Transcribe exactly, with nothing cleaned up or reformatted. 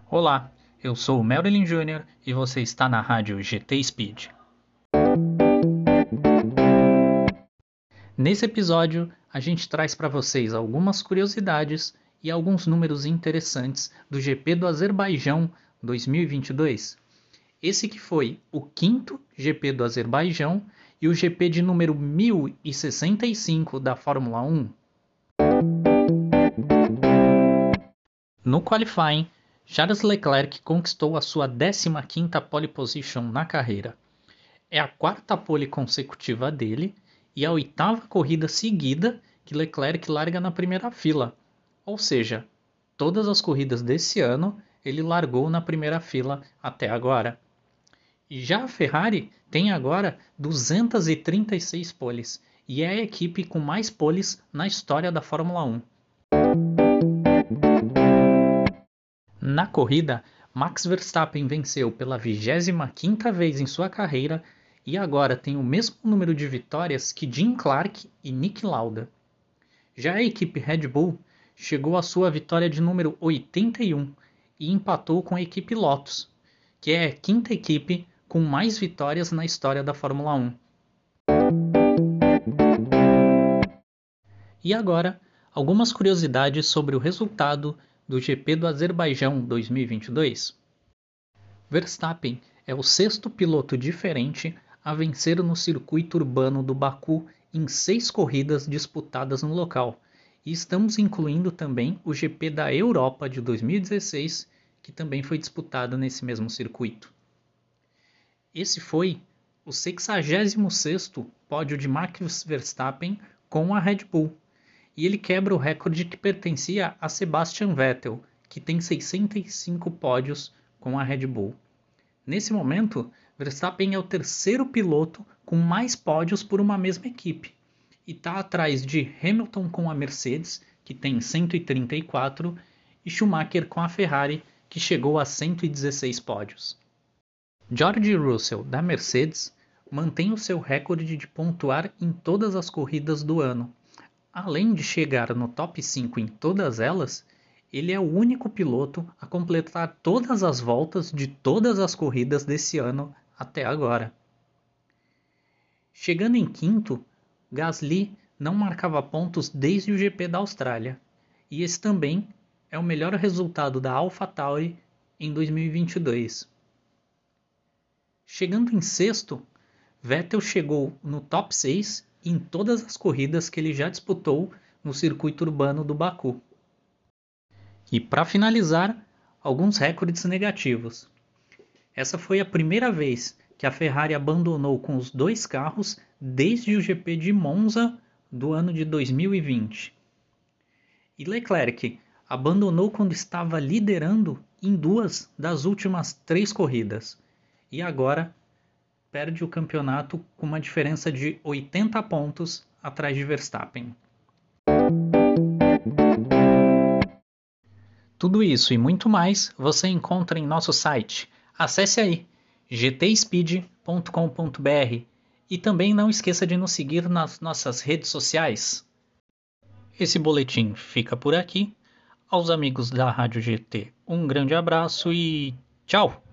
Olá, eu sou o Merlin Júnior e você está na rádio G T Speed. Nesse episódio, a gente traz para vocês algumas curiosidades e alguns números interessantes do G P do Azerbaijão dois mil e vinte e dois. Esse que foi o quinto G P do Azerbaijão e o G P de número mil e sessenta e cinco da Fórmula um. No qualifying, Charles Leclerc conquistou a sua décima quinta pole position na carreira. É a quarta pole consecutiva dele e a oitava corrida seguida que Leclerc larga na primeira fila. Ou seja, todas as corridas desse ano ele largou na primeira fila até agora. E já a Ferrari tem agora duzentas e trinta e seis poles e é a equipe com mais poles na história da Fórmula um. Na corrida, Max Verstappen venceu pela vigésima quinta vez em sua carreira e agora tem o mesmo número de vitórias que Jim Clark e Niki Lauda. Já a equipe Red Bull chegou à sua vitória de número oitenta e um e empatou com a equipe Lotus, que é a quinta equipe com mais vitórias na história da Fórmula um. E agora, algumas curiosidades sobre o resultado do G P do Azerbaijão dois mil e vinte e dois. Verstappen é o sexto piloto diferente a vencer no circuito urbano do Baku em seis corridas disputadas no local, e estamos incluindo também o G P da Europa de dois mil e dezesseis, que também foi disputado nesse mesmo circuito. Esse foi o sexagésimo sexto pódio de Max Verstappen com a Red Bull, e ele quebra o recorde que pertencia a Sebastian Vettel, que tem sessenta e cinco pódios com a Red Bull. Nesse momento, Verstappen é o terceiro piloto com mais pódios por uma mesma equipe, e está atrás de Hamilton com a Mercedes, que tem cento e trinta e quatro, e Schumacher com a Ferrari, que chegou a cento e dezesseis pódios. George Russell, da Mercedes, mantém o seu recorde de pontuar em todas as corridas do ano. Além de chegar no top cinco em todas elas, ele é o único piloto a completar todas as voltas de todas as corridas desse ano até agora. Chegando em quinto, Gasly não marcava pontos desde o G P da Austrália, e esse também é o melhor resultado da AlphaTauri em dois mil e vinte e dois. Chegando em sexto, Vettel chegou no top seis em todas as corridas que ele já disputou no circuito urbano do Baku. E para finalizar, alguns recordes negativos. Essa foi a primeira vez que a Ferrari abandonou com os dois carros desde o G P de Monza do ano de dois mil e vinte. E Leclerc abandonou quando estava liderando em duas das últimas três corridas. E agora perde o campeonato com uma diferença de oitenta pontos atrás de Verstappen. Tudo isso e muito mais você encontra em nosso site. Acesse aí g t speed ponto com ponto b r e também não esqueça de nos seguir nas nossas redes sociais. Esse boletim fica por aqui. Aos amigos da Rádio G T, um grande abraço e tchau!